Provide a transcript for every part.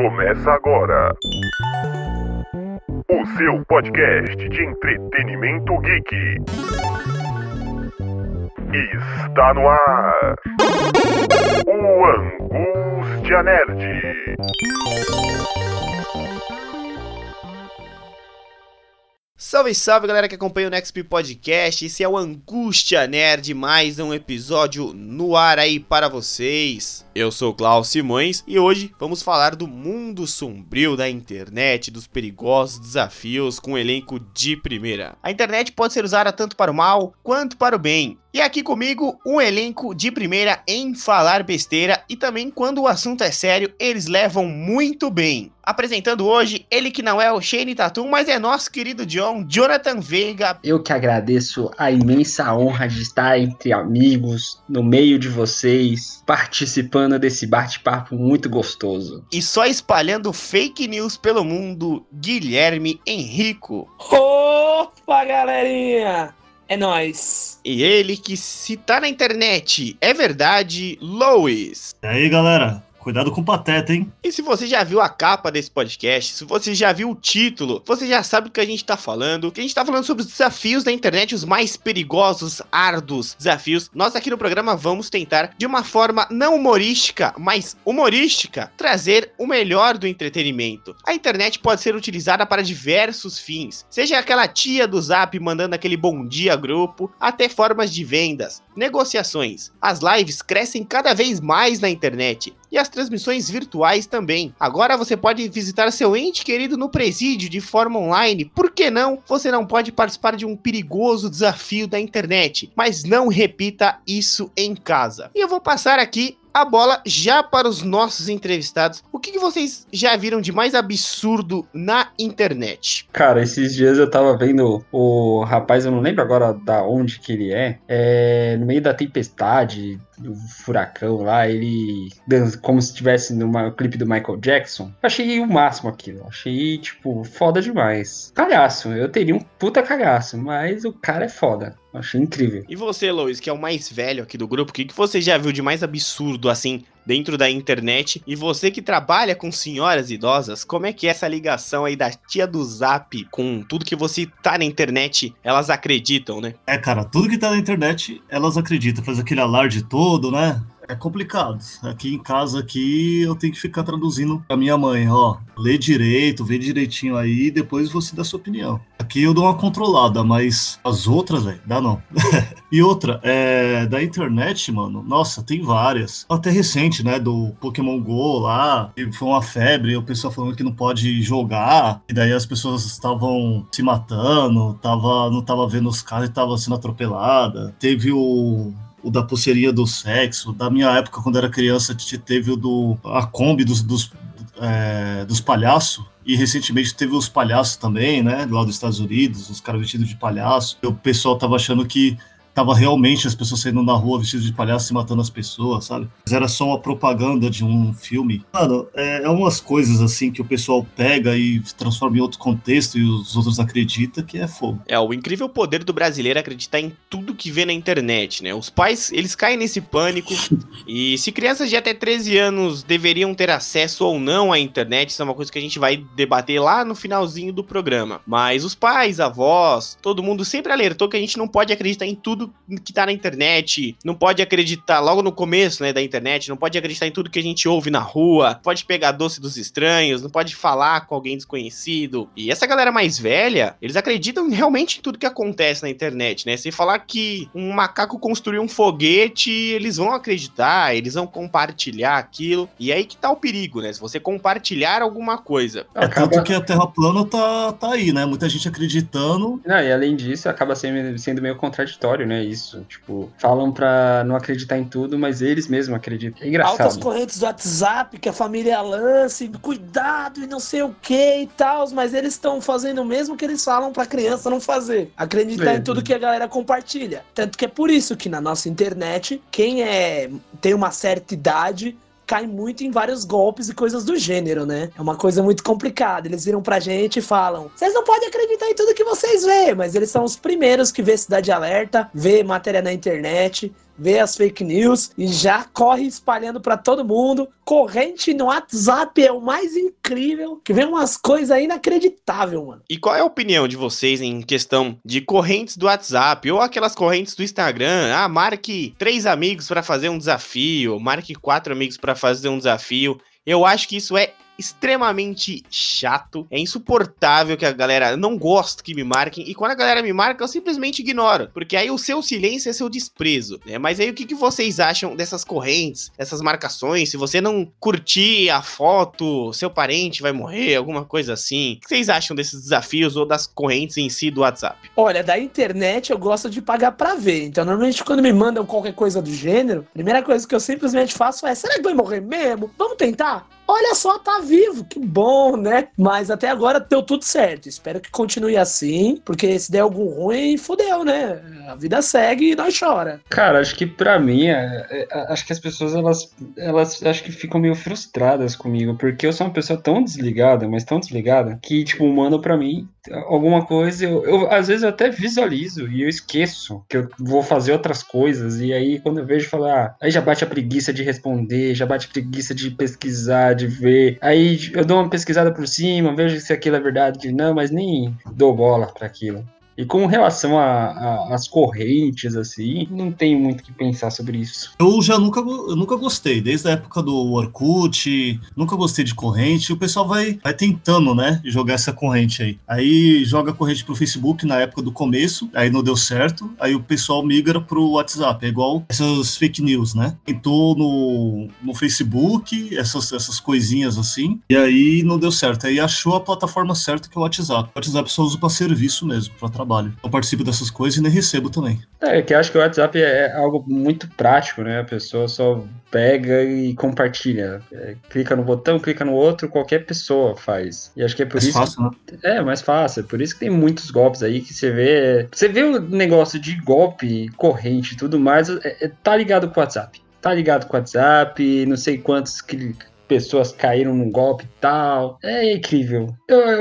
Começa agora o seu podcast de entretenimento geek. Está no ar o Angústia Nerd. Salve, salve galera que acompanha o NextP Podcast, esse é o Angústia Nerd, mais um episódio no ar aí para vocês. Eu sou o Klaus Simões e hoje vamos falar do mundo sombrio da internet, dos perigosos desafios com um elenco de primeira. A internet pode ser usada tanto para o mal quanto para o bem. E aqui comigo, um elenco de primeira em falar besteira e também quando o assunto é sério, eles levam muito bem. Apresentando hoje, ele que não é o Shane Tatum, mas é nosso querido Jonathan Veiga. Eu que agradeço a imensa honra de estar entre amigos, no meio de vocês, participando desse bate-papo muito gostoso. E só espalhando fake news pelo mundo, Guilherme Henrico. Opa, galerinha! É nóis! E ele que se tá na internet, é verdade, Lois. E aí, galera? Cuidado com o Pateta, hein? E se você já viu a capa desse podcast, se você já viu o título, você já sabe do que a gente tá falando. Que a gente tá falando sobre os desafios da internet, os mais perigosos, árduos desafios. Nós aqui no programa vamos tentar, de uma forma não humorística, mas humorística, trazer o melhor do entretenimento. A internet pode ser utilizada para diversos fins. Seja aquela tia do Zap mandando aquele bom dia grupo, até formas de vendas, negociações. As lives crescem cada vez mais na internet. E as transmissões virtuais também. Agora você pode visitar seu ente querido no presídio de forma online. Por que não? Você não pode participar de um perigoso desafio da internet. Mas não repita isso em casa. E eu vou passar aqui a bola já para os nossos entrevistados. O que vocês já viram de mais absurdo na internet? Cara, esses dias eu tava vendo o rapaz, eu não lembro agora da onde que ele no meio da tempestade, do furacão lá, ele dança como se estivesse numa clipe do Michael Jackson. Eu achei o máximo aquilo, achei, tipo, foda demais. Cagaço, eu teria um puta cagaço, mas o cara é foda. Achei incrível. E você, Lois, que é o mais velho aqui do grupo, o que você já viu de mais absurdo, assim, dentro da internet? E você que trabalha com senhoras idosas, como é que é essa ligação aí da tia do Zap com tudo que você tá na internet, elas acreditam, né? Cara, tudo que tá na internet, elas acreditam. Faz aquele alarde todo, né? É complicado. Aqui em casa, eu tenho que ficar traduzindo pra minha mãe, ó. Lê direito, vê direitinho aí, e depois você dá sua opinião. Aqui eu dou uma controlada, mas as outras, velho, dá não. E outra, da internet, mano, nossa, tem várias. Até recente, né, do Pokémon GO lá, foi uma febre, o pessoal falando que não pode jogar, e daí as pessoas estavam se matando, não tava vendo os caras e tava sendo atropelada. Teve o da pulseirinha do sexo. Da minha época, quando era criança, teve a Kombi dos palhaços. E recentemente teve os palhaços também, né? Lá dos Estados Unidos, os caras vestidos de palhaço. E o pessoal tava achando que tava realmente as pessoas saindo na rua vestidas de palhaço e matando as pessoas, sabe? Mas era só uma propaganda de um filme. Mano, é umas coisas assim que o pessoal pega e transforma em outro contexto e os outros acreditam que é fogo. É, o incrível poder do brasileiro é acreditar em tudo que vê na internet, né? Os pais, eles caem nesse pânico e se crianças de até 13 anos deveriam ter acesso ou não à internet, isso é uma coisa que a gente vai debater lá no finalzinho do programa. Mas os pais, avós, todo mundo sempre alertou que a gente não pode acreditar em tudo que tá na internet, não pode acreditar logo no começo, né, da internet, não pode acreditar em tudo que a gente ouve na rua, pode pegar doce dos estranhos, não pode falar com alguém desconhecido. E essa galera mais velha, eles acreditam realmente em tudo que acontece na internet, né? Se falar que um macaco construiu um foguete, eles vão acreditar, eles vão compartilhar aquilo, e aí que tá o perigo, né? Se você compartilhar alguma coisa. Tanto que a Terra plana tá aí, né? Muita gente acreditando. Não, e além disso, acaba sendo meio contraditório, né? Isso, tipo, falam pra não acreditar em tudo, mas eles mesmos acreditam. É engraçado. Altas correntes do WhatsApp que a família lance, cuidado e não sei o que e tal, mas eles estão fazendo o mesmo que eles falam pra criança não fazer. Acreditar em tudo que a galera compartilha. Tanto que é por isso que na nossa internet, quem tem uma certa idade cai muito em vários golpes e coisas do gênero, né? É uma coisa muito complicada. Eles viram pra gente e falam: vocês não podem acreditar em tudo que vocês vê, mas eles são os primeiros que vê Cidade Alerta, vê matéria na internet, vê as fake news e já corre espalhando pra todo mundo. Corrente no WhatsApp é o mais incrível, que vem umas coisas inacreditáveis, mano. E qual é a opinião de vocês em questão de correntes do WhatsApp ou aquelas correntes do Instagram? Ah, marque 3 amigos pra fazer um desafio, marque 4 amigos pra fazer um desafio. Eu acho que isso é extremamente chato, é insuportável que a galera não gosta que me marquem, e quando a galera me marca eu simplesmente ignoro, porque aí o seu silêncio é seu desprezo, né? Mas aí o que vocês acham dessas correntes, essas marcações? Se você não curtir a foto, seu parente vai morrer, alguma coisa assim. O que vocês acham desses desafios ou das correntes em si do WhatsApp? Olha, da internet eu gosto de pagar pra ver, então normalmente quando me mandam qualquer coisa do gênero, a primeira coisa que eu simplesmente faço é: será que vai morrer mesmo? Vamos tentar? Olha só, tá vivo, que bom, né? Mas até agora deu tudo certo. Espero que continue assim, porque se der algum ruim, fodeu, né? A vida segue e nós chora. Cara, acho que pra mim, acho que as pessoas, elas acho que ficam meio frustradas comigo, porque eu sou uma pessoa tão desligada, mas tão desligada, que, tipo, mandam pra mim alguma coisa, às vezes eu até visualizo e eu esqueço que eu vou fazer outras coisas, e aí quando eu vejo, falar, aí já bate a preguiça de responder, já bate a preguiça de pesquisar, de ver, aí eu dou uma pesquisada por cima, vejo se aquilo é verdade, não, mas nem dou bola pra aquilo. E com relação às correntes, assim, não tenho muito o que pensar sobre isso. Eu nunca gostei, desde a época do Orkut, nunca gostei de corrente. O pessoal vai tentando, né, jogar essa corrente aí. Aí joga a corrente pro Facebook na época do começo, aí não deu certo, aí o pessoal migra pro WhatsApp. É igual essas fake news, né? Tentou no Facebook, essas coisinhas assim, e aí não deu certo. Aí achou a plataforma certa, que é o WhatsApp. O WhatsApp só usa pra serviço mesmo, pra trabalho. Eu participo dessas coisas e nem recebo também. É que eu acho que o WhatsApp é algo muito prático, né? A pessoa só pega e compartilha. Clica no botão, clica no outro, qualquer pessoa faz. E acho que é por isso... Fácil, né? É, mais fácil. É por isso que tem muitos golpes aí que você vê... Você vê o negócio de golpe, corrente e tudo mais, tá ligado com o WhatsApp. Tá ligado com o WhatsApp, não sei quantos... pessoas caíram num golpe e tal. É incrível.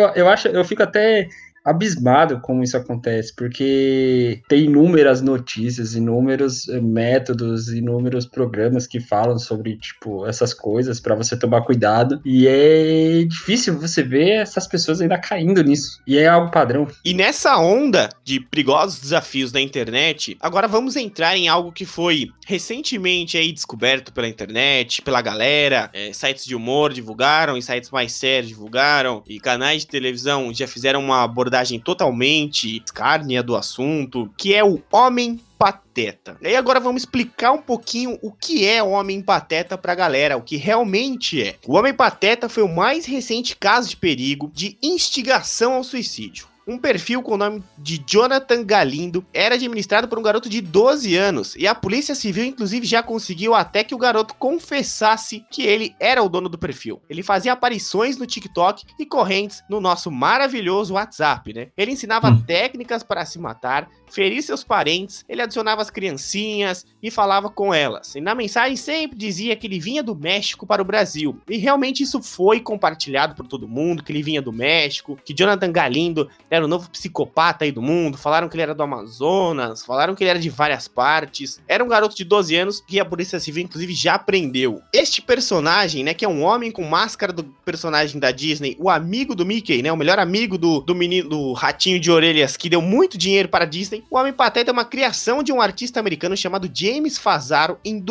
Eu fico até abismado como isso acontece, porque tem inúmeras notícias, inúmeros métodos, inúmeros programas que falam sobre, tipo, essas coisas para você tomar cuidado, e é difícil você ver essas pessoas ainda caindo nisso, e é algo padrão. E nessa onda de perigosos desafios da internet, agora vamos entrar em algo que foi recentemente aí descoberto pela internet, pela galera, sites de humor divulgaram, e sites mais sérios divulgaram, e canais de televisão já fizeram uma abordagem totalmente escárnia do assunto, que é o homem pateta. E aí agora vamos explicar um pouquinho o que é o homem pateta pra galera, o que realmente é. O homem pateta foi o mais recente caso de perigo de instigação ao suicídio. Um perfil com o nome de Jonathan Galindo era administrado por um garoto de 12 anos, e a Polícia Civil inclusive já conseguiu até que o garoto confessasse que ele era o dono do perfil. Ele fazia aparições no TikTok e correntes no nosso maravilhoso WhatsApp, né? Ele ensinava técnicas para se matar, ferir seus parentes, ele adicionava as criancinhas e falava com elas. E na mensagem sempre dizia que ele vinha do México para o Brasil. E realmente isso foi compartilhado por todo mundo, que ele vinha do México, que Jonathan Galindo era o novo psicopata aí do mundo. Falaram que ele era do Amazonas, falaram que ele era de várias partes. Era um garoto de 12 anos que a Polícia Civil inclusive já prendeu. Este personagem, né, que é um homem com máscara do personagem da Disney, o amigo do Mickey, né, o melhor amigo do menino, do ratinho de orelhas, que deu muito dinheiro para a Disney. O Homem Pateta é uma criação de um artista americano chamado James Fazaro em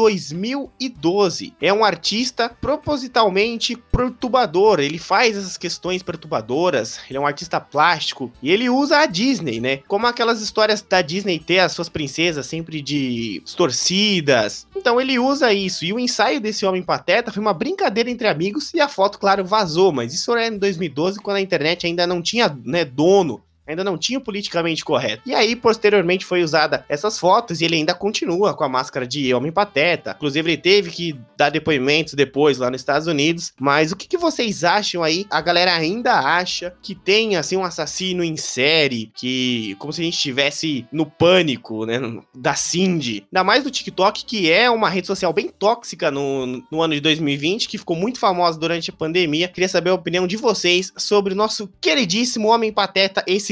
2012. É um artista propositalmente perturbador, ele faz essas questões perturbadoras, ele é um artista plástico e ele usa a Disney, né? Como aquelas histórias da Disney ter as suas princesas sempre de distorcidas. Então ele usa isso, e o ensaio desse Homem Pateta foi uma brincadeira entre amigos e a foto, claro, vazou, mas isso era em 2012, quando a internet ainda não tinha, né, dono. Ainda não tinha o politicamente correto. E aí, posteriormente, foi usada essas fotos e ele ainda continua com a máscara de Homem Pateta. Inclusive, ele teve que dar depoimentos depois lá nos Estados Unidos. Mas o que vocês acham aí? A galera ainda acha que tem, assim, um assassino em série, que como se a gente estivesse no pânico, né, da Cindy. Ainda mais no TikTok, que é uma rede social bem tóxica no ano de 2020, que ficou muito famosa durante a pandemia. Queria saber a opinião de vocês sobre o nosso queridíssimo Homem Pateta, esse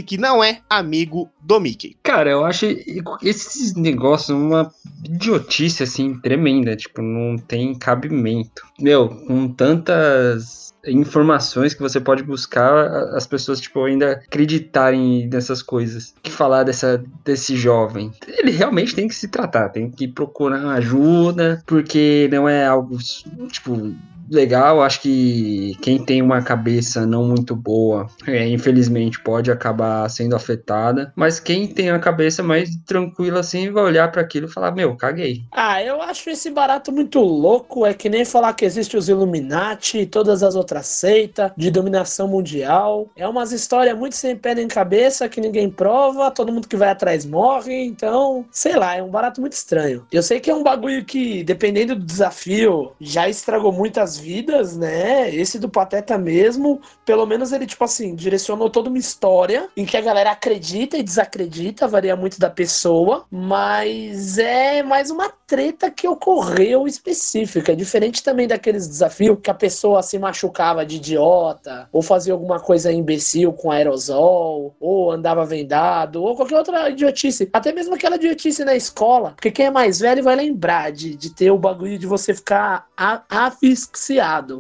que não é amigo do Mickey. Cara, eu acho esses negócios uma idiotice, assim, tremenda. Tipo, não tem cabimento. Meu, com tantas informações que você pode buscar, as pessoas, tipo, ainda acreditarem nessas coisas. O que falar desse jovem? Ele realmente tem que se tratar, tem que procurar ajuda, porque não é algo, tipo, legal. Acho que quem tem uma cabeça não muito boa, infelizmente, pode acabar sendo afetada, mas quem tem a cabeça mais tranquila, assim, vai olhar para aquilo e falar, meu, caguei. Eu acho esse barato muito louco. É que nem falar que existe os Illuminati e todas as outras seitas de dominação mundial. É umas histórias muito sem pé nem cabeça, que ninguém prova, todo mundo que vai atrás morre. Então, sei lá, é um barato muito estranho. Eu sei que é um bagulho que, dependendo do desafio, já estragou muitas vidas, né? Esse do Pateta mesmo, pelo menos ele, tipo assim, direcionou toda uma história em que a galera acredita e desacredita, varia muito da pessoa, mas é mais uma treta que ocorreu específica. É diferente também daqueles desafios que a pessoa se machucava de idiota, ou fazia alguma coisa imbecil com aerosol, ou andava vendado, ou qualquer outra idiotice. Até mesmo aquela idiotice na escola, porque quem é mais velho vai lembrar de ter o bagulho de você ficar asfixiado.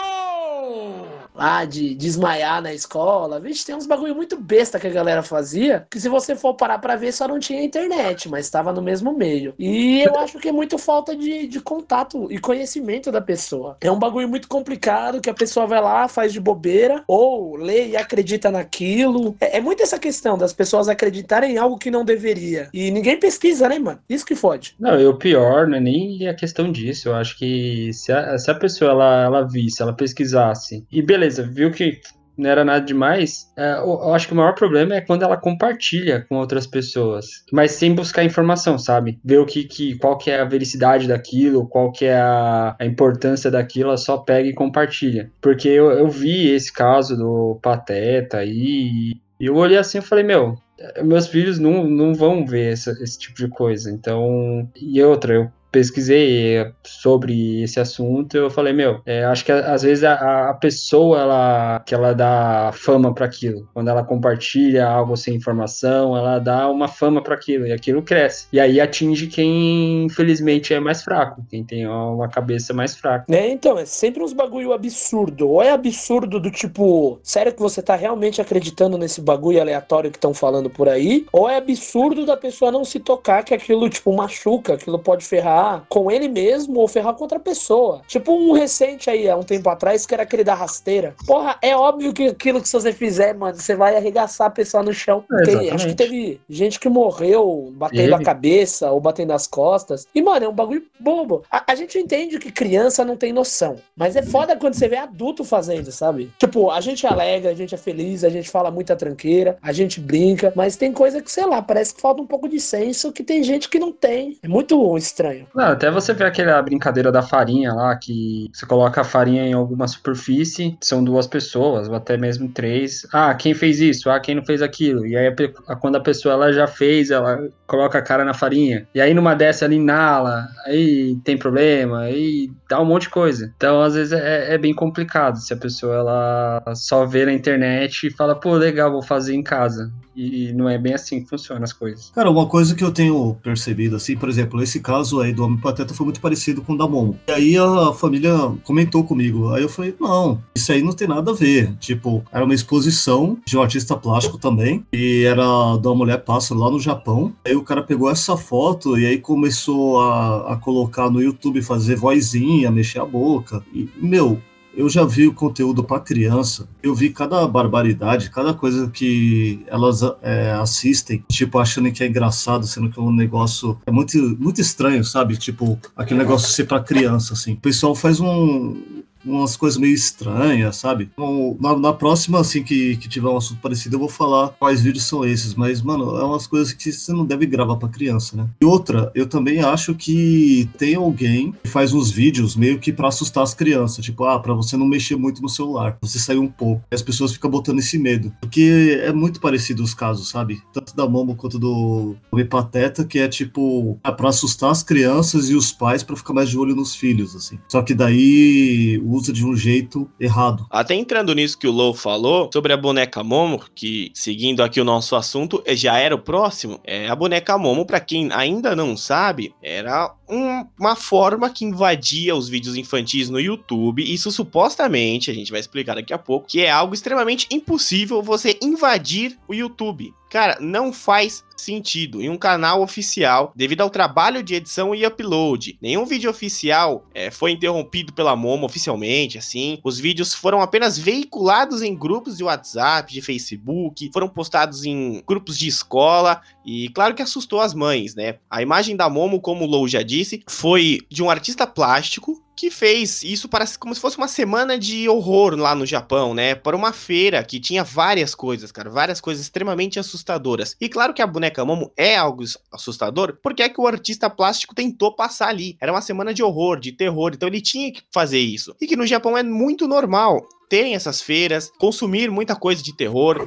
Errou! Lá de desmaiar na escola. Vixe, tem uns bagulho muito besta que a galera fazia, que se você for parar pra ver, só não tinha internet, mas estava no mesmo meio. E eu acho que é muito falta de contato e conhecimento da pessoa. É um bagulho muito complicado que a pessoa vai lá, faz de bobeira, ou lê e acredita naquilo. É muito essa questão das pessoas acreditarem em algo que não deveria. E ninguém pesquisa, né, mano? Isso que fode. Não, e o pior não é nem a questão disso. Eu acho que se a pessoa ela visse, ela pesquisasse, e beleza, viu que não era nada demais, eu acho que o maior problema é quando ela compartilha com outras pessoas, mas sem buscar informação, sabe? Ver qual que é a vericidade daquilo, qual que é a importância daquilo, ela só pega e compartilha. Porque eu vi esse caso do Pateta aí, e eu olhei assim e falei, meu, meus filhos não vão ver esse tipo de coisa. Então, e outra, eu pesquisei sobre esse assunto, eu falei, meu, acho que às vezes a pessoa, que ela dá fama para aquilo. Quando ela compartilha algo sem informação, ela dá uma fama para aquilo, e aquilo cresce. E aí atinge quem, infelizmente, é mais fraco, quem tem uma cabeça mais fraca. Então, é sempre uns bagulho absurdo. Ou é absurdo do tipo, sério que você tá realmente acreditando nesse bagulho aleatório que estão falando por aí? Ou é absurdo da pessoa não se tocar que aquilo, tipo, machuca, aquilo pode ferrar com ele mesmo ou ferrar com outra pessoa. Tipo um recente aí, há um tempo atrás, que era aquele da rasteira. Porra, é óbvio que aquilo que você fizer, mano, você vai arregaçar a pessoa no chão. Acho que teve gente que morreu batendo a cabeça ou batendo as costas. E, mano, é um bagulho bobo. A gente entende que criança não tem noção, mas é foda quando você vê adulto fazendo, sabe? Tipo, a gente é alegre, a gente é feliz, a gente fala muita tranqueira, a gente brinca, mas tem coisa que, sei lá, parece que falta um pouco de senso, que tem gente que não tem. É muito estranho. Não, até você vê aquela brincadeira da farinha lá, que você coloca a farinha em alguma superfície, são duas pessoas, ou até mesmo três. Ah, quem fez isso? Ah, quem não fez aquilo? E aí, quando a pessoa ela já fez, ela coloca a cara na farinha. E aí, numa dessa, ela inala, aí tem problema, aí dá um monte de coisa. Então, às vezes, é bem complicado se a pessoa ela só vê na internet e fala, pô, legal, vou fazer em casa. E não é bem assim que funcionam as coisas. Cara, uma coisa que eu tenho percebido, assim, por exemplo, esse caso aí do Homem Pateta foi muito parecido com o da Momo. E aí a família comentou comigo. Aí eu falei, não, isso aí não tem nada a ver. Tipo, era uma exposição de um artista plástico também, e era de uma mulher pássaro lá no Japão. Aí o cara pegou essa foto e aí começou a colocar no YouTube, fazer vozinha, mexer a boca. E, meu, eu já vi o conteúdo para criança, eu vi cada barbaridade, cada coisa que elas assistem, tipo, achando que é engraçado, sendo que o negócio é muito, muito estranho, sabe? Tipo, aquele negócio ser para criança, assim. O pessoal faz umas coisas meio estranhas, sabe? Então, na próxima, assim, que tiver um assunto parecido, eu vou falar quais vídeos são esses, mas, mano, é umas coisas que você não deve gravar pra criança, né? E outra, eu também acho que tem alguém que faz uns vídeos meio que pra assustar as crianças, tipo, pra você não mexer muito no celular, você sair um pouco. E as pessoas ficam botando esse medo, porque é muito parecido os casos, sabe? Tanto da Momo quanto do Homem Pateta, que é, tipo, pra assustar as crianças e os pais pra ficar mais de olho nos filhos, assim. Só que daí usa de um jeito errado. Até entrando nisso que o Lou falou, sobre a boneca Momo, que seguindo aqui o nosso assunto, já era o próximo, a boneca Momo, pra quem ainda não sabe, era uma forma que invadia os vídeos infantis no YouTube. Isso supostamente, a gente vai explicar daqui a pouco, que é algo extremamente impossível você invadir o YouTube. Cara, não faz sentido em um canal oficial, devido ao trabalho de edição e upload. Nenhum vídeo oficial foi interrompido pela Momo oficialmente, assim. Os vídeos foram apenas veiculados em grupos de WhatsApp, de Facebook, foram postados em grupos de escola e claro que assustou as mães, né? A imagem da Momo, como o Lou já disse, foi de um artista plástico que fez isso como se fosse uma semana de horror lá no Japão, né? Para uma feira que tinha várias coisas, cara, várias coisas extremamente assustadoras. E claro que a boneca Momo é algo assustador, porque é que o artista plástico tentou passar ali. Era uma semana de horror, de terror, então ele tinha que fazer isso. E que no Japão é muito normal terem essas feiras, consumir muita coisa de terror,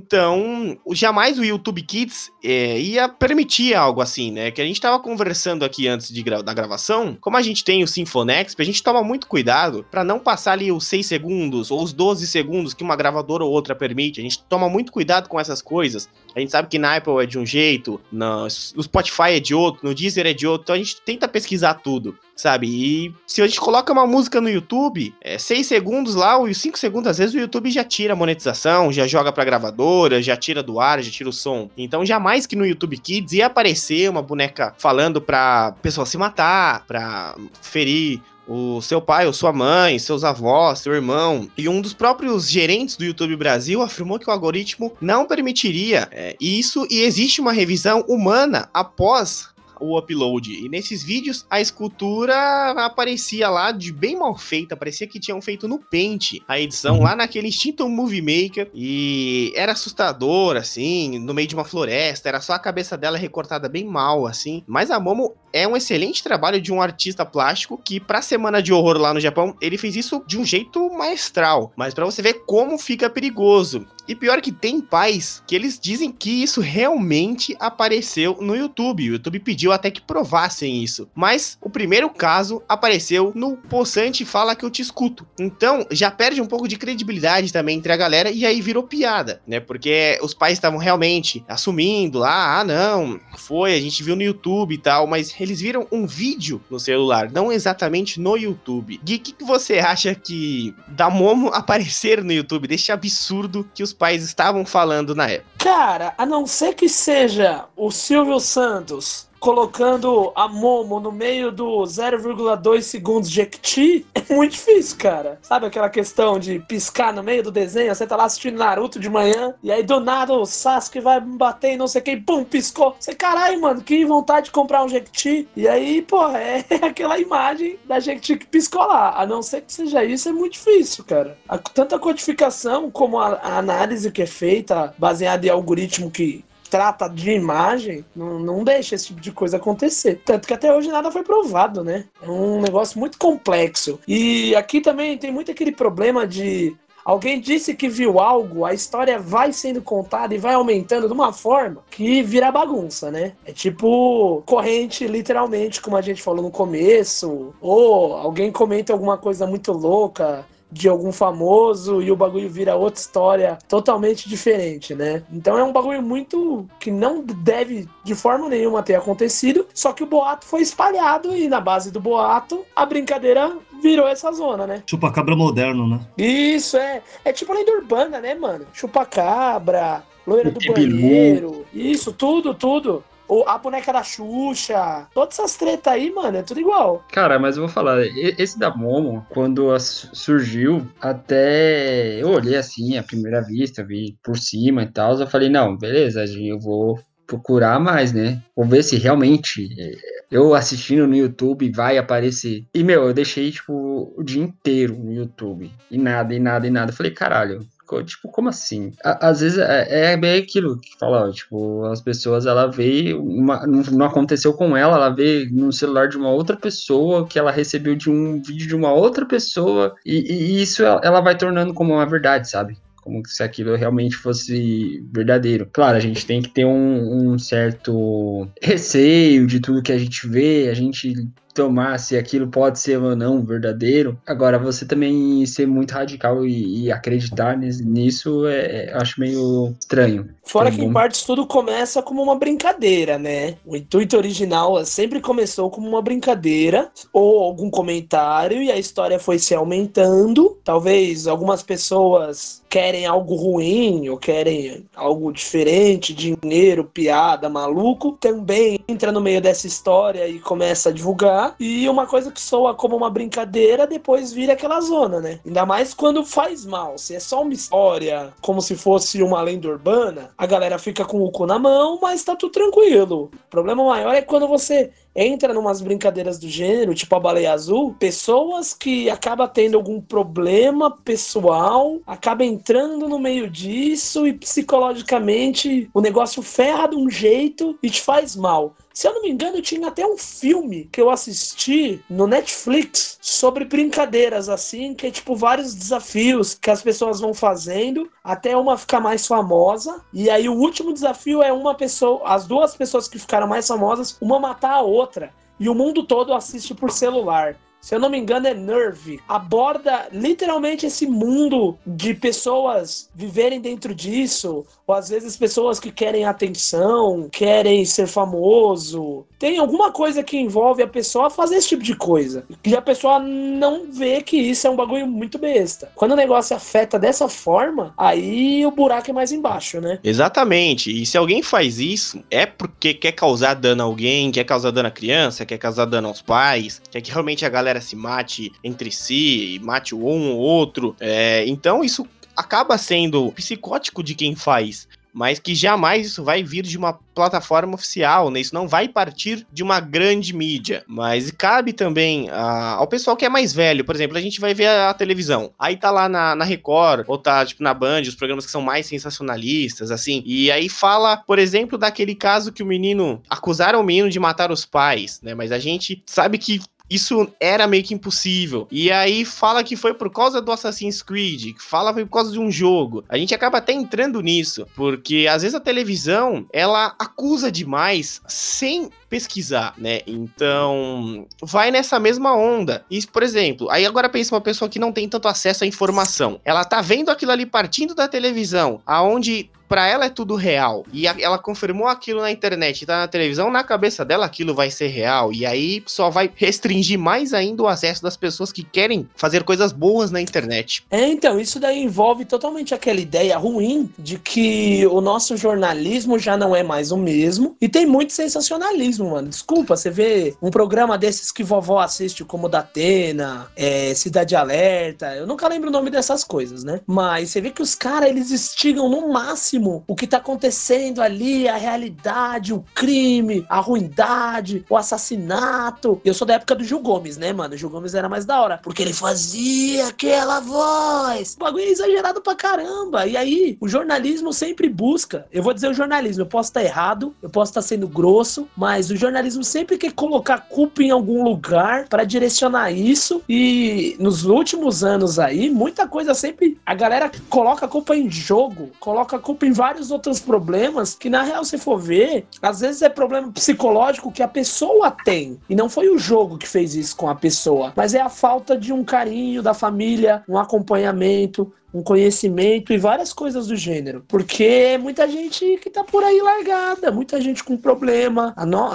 então jamais o YouTube Kids ia permitir algo assim, né? Que a gente tava conversando aqui antes da gravação, como a gente tem o Sinfonexp, a gente toma muito cuidado pra não passar ali os 6 segundos ou os 12 segundos que uma gravadora ou outra permite, a gente toma muito cuidado com essas coisas. A gente sabe que na Apple é de um jeito, no Spotify é de outro, no Deezer é de outro, então a gente tenta pesquisar tudo, sabe? E se a gente coloca uma música no YouTube, 6 segundos lá, e 5 segundos, às vezes o YouTube já tira a monetização, já joga pra gravadora, já tira do ar, já tira o som. Então jamais que no YouTube Kids ia aparecer uma boneca falando pra pessoa se matar, pra ferir o seu pai, ou sua mãe, seus avós, seu irmão. E um dos próprios gerentes do YouTube Brasil afirmou que o algoritmo não permitiria isso, e existe uma revisão humana após o upload. E nesses vídeos a escultura aparecia lá de bem mal feita, parecia que tinham feito no Paint a edição lá naquele extinto Movie Maker, e era assustador assim, no meio de uma floresta, era só a cabeça dela recortada bem mal assim. Mas a Momo é um excelente trabalho de um artista plástico que pra Semana de Horror lá no Japão, ele fez isso de um jeito maestral, mas pra você ver como fica perigoso. E pior que tem pais que eles dizem que isso realmente apareceu no YouTube. O YouTube pediu até que provassem isso. Mas o primeiro caso apareceu no Poçante Fala Que Eu Te Escuto. Então já perde um pouco de credibilidade também entre a galera e aí virou piada, né? Porque os pais estavam realmente assumindo lá, não, foi, a gente viu no YouTube e tal, mas eles viram um vídeo no celular, não exatamente no YouTube. Gui, o que você acha que da Momo aparecer no YouTube, desse absurdo que os pais estavam falando na época? Cara, a não ser que seja o Silvio Santos colocando a Momo no meio do 0,2 segundos de Jequiti, é muito difícil, cara. Sabe aquela questão de piscar no meio do desenho? Você tá lá assistindo Naruto de manhã, e aí do nada o Sasuke vai bater e não sei quem, pum, piscou. Você, caralho, mano, que vontade de comprar um Jequiti. E aí, pô, é aquela imagem da Jequiti que piscou lá. A não ser que seja isso, é muito difícil, cara. Tanto a codificação como a análise que é feita, baseada em algoritmo que trata de imagem, não deixa esse tipo de coisa acontecer. Tanto que até hoje nada foi provado, né? É um negócio muito complexo. E aqui também tem muito aquele problema de alguém disse que viu algo, a história vai sendo contada e vai aumentando de uma forma que vira bagunça, né? É tipo corrente, literalmente, como a gente falou no começo, ou alguém comenta alguma coisa muito louca de algum famoso e o bagulho vira outra história totalmente diferente, né? Então é um bagulho muito que não deve de forma nenhuma ter acontecido, só que o boato foi espalhado e na base do boato a brincadeira virou essa zona, né? Chupacabra moderno, né? Isso, é tipo lenda urbana, né, mano? Chupacabra, loira do banheiro, isso, tudo. A boneca da Xuxa, todas essas tretas aí, mano, é tudo igual. Cara, mas eu vou falar, esse da Momo, quando surgiu, até eu olhei assim, à primeira vista, vi por cima e tal, eu falei, não, beleza, eu vou procurar mais, né? Vou ver se realmente eu assistindo no YouTube vai aparecer. E, eu deixei, tipo, o dia inteiro no YouTube. E nada. Eu falei, caralho. Tipo, como assim? Às vezes é bem aquilo que fala, tipo, as pessoas, ela vê, não aconteceu com ela vê no celular de uma outra pessoa, que ela recebeu de um vídeo de uma outra pessoa, e isso ela vai tornando como uma verdade, sabe? Como se aquilo realmente fosse verdadeiro. Claro, a gente tem que ter um certo receio de tudo que a gente vê, a gente tomar se aquilo pode ser ou não verdadeiro. Agora, você também ser muito radical e acreditar nisso, eu acho meio estranho. Fora que em partes tudo começa como uma brincadeira, né? O intuito original sempre começou como uma brincadeira ou algum comentário e a história foi se aumentando. Talvez algumas pessoas querem algo ruim ou querem algo diferente, dinheiro, piada, maluco, também entra no meio dessa história e começa a divulgar. E uma coisa que soa como uma brincadeira depois vira aquela zona, né? Ainda mais quando faz mal. Se é só uma história como se fosse uma lenda urbana, a galera fica com o cu na mão, mas tá tudo tranquilo. O problema maior é quando você entra numas brincadeiras do gênero, tipo a Baleia Azul, pessoas que acabam tendo algum problema pessoal, acabam entrando no meio disso e psicologicamente o negócio ferra de um jeito e te faz mal. Se eu não me engano, tinha até um filme que eu assisti no Netflix sobre brincadeiras assim, que é tipo vários desafios que as pessoas vão fazendo até uma ficar mais famosa. E aí o último desafio é uma pessoa, as duas pessoas que ficaram mais famosas, uma matar a outra. E o mundo todo assiste por celular. Se eu não me engano, é Nerve. Aborda literalmente esse mundo de pessoas viverem dentro disso, ou às vezes pessoas que querem atenção, querem ser famoso. Tem alguma coisa que envolve a pessoa fazer esse tipo de coisa. E a pessoa não vê que isso é um bagulho muito besta. Quando o negócio afeta dessa forma, aí o buraco é mais embaixo, né? Exatamente. E se alguém faz isso, é porque quer causar dano a alguém, quer causar dano à criança, quer causar dano aos pais, quer que realmente a galera se mate entre si e mate um ou outro. Então isso acaba sendo psicótico de quem faz, mas que jamais isso vai vir de uma plataforma oficial, né? Isso não vai partir de uma grande mídia, mas cabe também ao pessoal que é mais velho. Por exemplo, a gente vai ver a televisão, aí tá lá na Record, ou tá tipo na Band, os programas que são mais sensacionalistas, assim, e aí fala, por exemplo, daquele caso que acusaram o menino de matar os pais, né? Mas a gente sabe que isso era meio que impossível. E aí fala que foi por causa do Assassin's Creed, que fala que foi por causa de um jogo. A gente acaba até entrando nisso, porque às vezes a televisão, ela acusa demais sem pesquisar, né? Então, vai nessa mesma onda. E, por exemplo, aí agora pensa uma pessoa que não tem tanto acesso à informação. Ela tá vendo aquilo ali partindo da televisão, aonde pra ela é tudo real, e ela confirmou aquilo na internet, tá na televisão, na cabeça dela aquilo vai ser real, e aí só vai restringir mais ainda o acesso das pessoas que querem fazer coisas boas na internet. Então, isso daí envolve totalmente aquela ideia ruim de que o nosso jornalismo já não é mais o mesmo, e tem muito sensacionalismo, mano. Desculpa, você vê um programa desses que vovó assiste, como o da Atena, Cidade Alerta, eu nunca lembro o nome dessas coisas, né? Mas você vê que os caras, eles instigam no máximo o que tá acontecendo ali, a realidade, o crime, a ruindade, o assassinato. Eu sou da época do Gil Gomes, né, mano? O Gil Gomes era mais da hora, porque ele fazia aquela voz. O bagulho é exagerado pra caramba. E aí, o jornalismo sempre busca, eu vou dizer o jornalismo, eu posso estar errado, eu posso estar sendo grosso, mas o jornalismo sempre quer colocar culpa em algum lugar pra direcionar isso. E nos últimos anos aí, muita coisa sempre, a galera coloca a culpa em jogo, coloca a culpa em vários outros problemas que, na real, se for ver, às vezes é problema psicológico que a pessoa tem. E não foi o jogo que fez isso com a pessoa, mas é a falta de um carinho da família, um acompanhamento, um conhecimento e várias coisas do gênero. Porque é muita gente que tá por aí largada, muita gente com problema.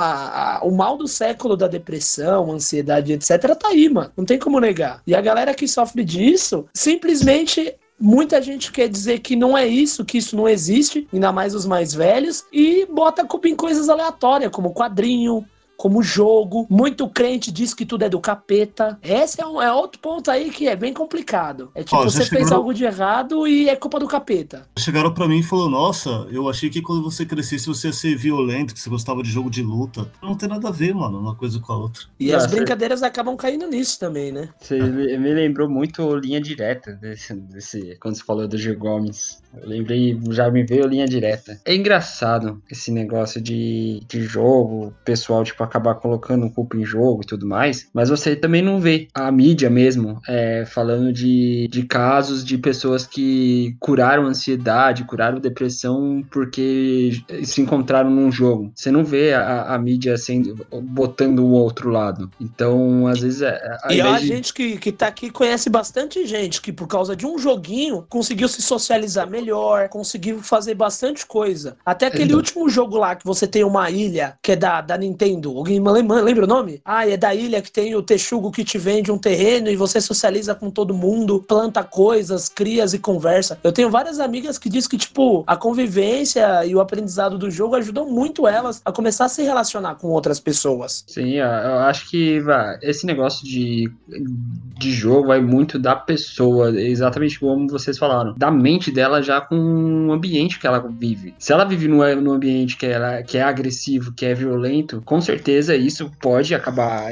O mal do século da depressão, ansiedade, etc. tá aí, mano. Não tem como negar. E a galera que sofre disso, simplesmente... Muita gente quer dizer que não é isso, que isso não existe, ainda mais os mais velhos, e bota a culpa em coisas aleatórias, como quadrinho, como jogo. Muito crente diz que tudo é do capeta. Esse é outro ponto aí que é bem complicado. É tipo, você fez algo de errado e é culpa do capeta. Chegaram pra mim e falaram, nossa, eu achei que quando você crescesse você ia ser violento, que você gostava de jogo de luta. Não tem nada a ver, mano, uma coisa com a outra. E as brincadeiras acabam caindo nisso também, né? Você me lembrou muito Linha Direta, quando você falou do Gil Gomes. Eu lembrei, já me veio Linha Direta. É engraçado esse negócio de jogo, pessoal, tipo, acabar colocando culpa em jogo e tudo mais, mas você também não vê a mídia mesmo falando de casos de pessoas que curaram ansiedade, curaram depressão porque se encontraram num jogo. Você não vê a mídia botando o outro lado. Então, às vezes... E a gente que tá aqui conhece bastante gente que por causa de um joguinho conseguiu se socializar melhor, conseguiu fazer bastante coisa. Até aquele último jogo lá que você tem uma ilha que é da Nintendo. Alguém lembra o nome? É da ilha que tem o texugo que te vende um terreno e você socializa com todo mundo, planta coisas, cria e conversa. Eu tenho várias amigas que dizem que, tipo, a convivência e o aprendizado do jogo ajudam muito elas a começar a se relacionar com outras pessoas. Sim, eu acho que esse negócio de jogo vai muito da pessoa, exatamente como vocês falaram, da mente dela já com o ambiente que ela vive. Se ela vive num ambiente que é agressivo, que é violento, com certeza isso pode acabar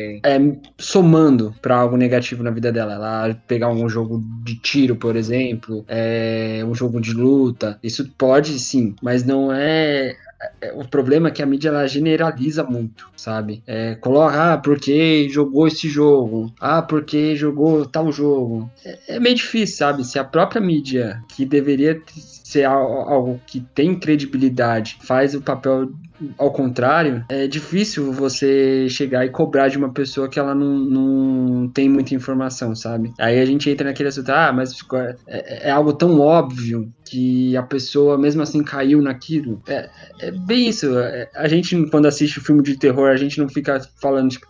somando para algo negativo na vida dela. Ela pegar um jogo de tiro, por exemplo, um jogo de luta, isso pode sim, mas não é... O problema é que a mídia ela generaliza muito, sabe? Coloca, porque jogou esse jogo, porque jogou tal jogo. É meio difícil, sabe? Se a própria mídia, que deveria ser algo que tem credibilidade, faz o papel ao contrário, é difícil você chegar e cobrar de uma pessoa que ela não tem muita informação, sabe? Aí a gente entra naquele assunto, mas é algo tão óbvio que a pessoa mesmo assim caiu naquilo. É bem isso. A gente, quando assiste filme de terror, a gente não fica falando, tipo,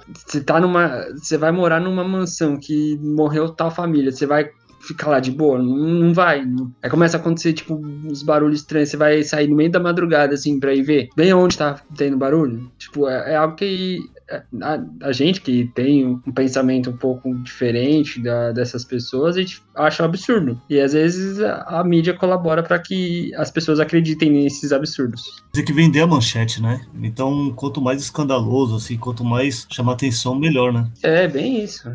você vai morar numa mansão que morreu tal família, você vai ficar lá de boa? Não vai. Aí começa a acontecer, tipo, uns barulhos estranhos. Você vai sair no meio da madrugada, assim, pra ir ver bem onde tá tendo barulho. Tipo, é algo que a gente que tem um pensamento um pouco diferente dessas pessoas, a gente acha um absurdo. E às vezes a mídia colabora pra que as pessoas acreditem nesses absurdos. Tem que vender a manchete, né? Então, quanto mais escandaloso, assim, quanto mais chamar atenção, melhor, né? É, bem isso.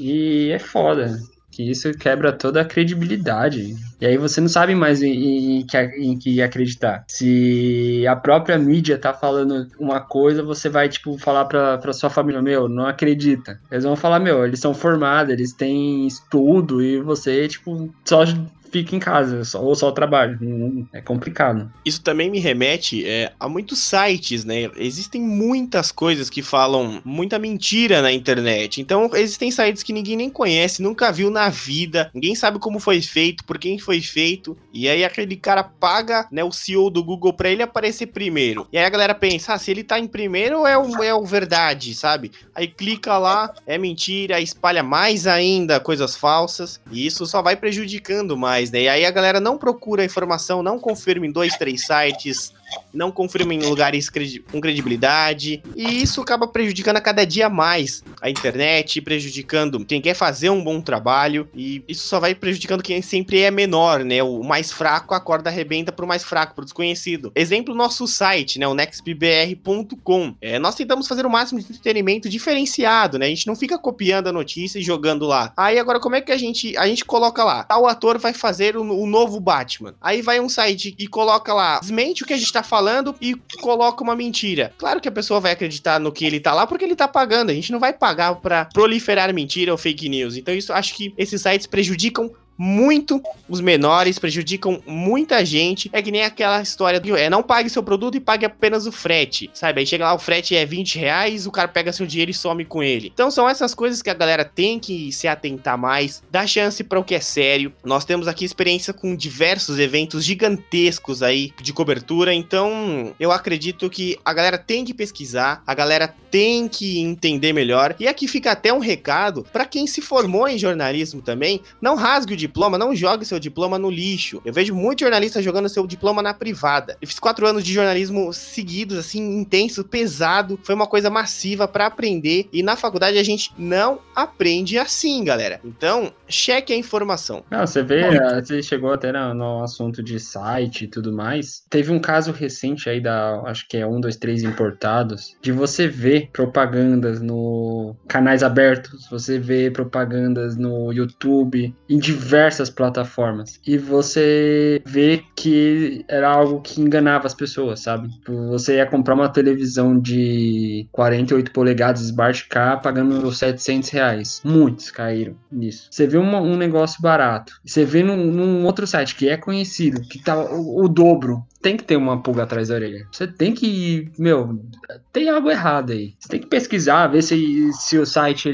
E é foda. Que isso quebra toda a credibilidade. E aí você não sabe mais em que acreditar. Se a própria mídia tá falando uma coisa, você vai, tipo, falar pra sua família, não acredita. Eles vão falar, eles são formados, eles têm estudo, e você, tipo, só fica em casa, ou só trabalho. É complicado. Isso também me remete a muitos sites, né? Existem muitas coisas que falam muita mentira na internet. Então, existem sites que ninguém nem conhece, nunca viu na vida, ninguém sabe como foi feito, por quem foi feito, e aí aquele cara paga, né, o CEO do Google pra ele aparecer primeiro. E aí a galera pensa, se ele tá em primeiro é o verdade, sabe? Aí clica lá, é mentira, espalha mais ainda coisas falsas, e isso só vai prejudicando mais, né? E aí a galera não procura informação, não confirma em 2, 3 sites, não confirma em lugares com credibilidade, e isso acaba prejudicando a cada dia mais a internet, prejudicando quem quer fazer um bom trabalho, e isso só vai prejudicando quem sempre é menor, né? O mais fraco, a corda arrebenta pro mais fraco, pro desconhecido. Exemplo, nosso site, né? O nextbr.com. Nós tentamos fazer o máximo de entretenimento diferenciado, né? A gente não fica copiando a notícia e jogando lá. Aí agora, como é que a gente coloca lá? Tal ator vai fazer o novo Batman. Aí vai um site e coloca lá, desmente o que a gente tá falando e coloca uma mentira. Claro que a pessoa vai acreditar no que ele tá lá porque ele tá pagando. A gente não vai pagar pra proliferar mentira ou fake news. Então isso, acho que esses sites prejudicam muito os menores, prejudicam muita gente. É que nem aquela história do não pague seu produto e pague apenas o frete, sabe? Aí chega lá, o frete é R$20, o cara pega seu dinheiro e some com ele. Então são essas coisas que a galera tem que se atentar mais, dar chance para o que é sério. Nós temos aqui experiência com diversos eventos gigantescos aí de cobertura, então eu acredito que a galera tem que pesquisar, a galera tem que entender melhor. E aqui fica até um recado para quem se formou em jornalismo também: não rasgue o diploma, não jogue seu diploma no lixo. Eu vejo muitos jornalistas jogando seu diploma na privada. Eu fiz 4 anos de jornalismo seguidos, assim, intenso, pesado. Foi uma coisa massiva pra aprender. E na faculdade a gente não aprende assim, galera. Então, cheque a informação. Não, você vê, você chegou até no assunto de site e tudo mais. Teve um caso recente aí acho que é 1, 2, 3 Importados, de você ver propagandas no canais abertos, você vê propagandas no YouTube, em diversos diversas plataformas. E você vê que era algo que enganava as pessoas, sabe? Você ia comprar uma televisão de 48 polegadas Smart K pagando R$700. Muitos caíram nisso. Você vê um negócio barato. Você vê num outro site que é conhecido, que tá o dobro. Tem que ter uma pulga atrás da orelha. Você tem que, tem algo errado aí. Você tem que pesquisar, ver se o site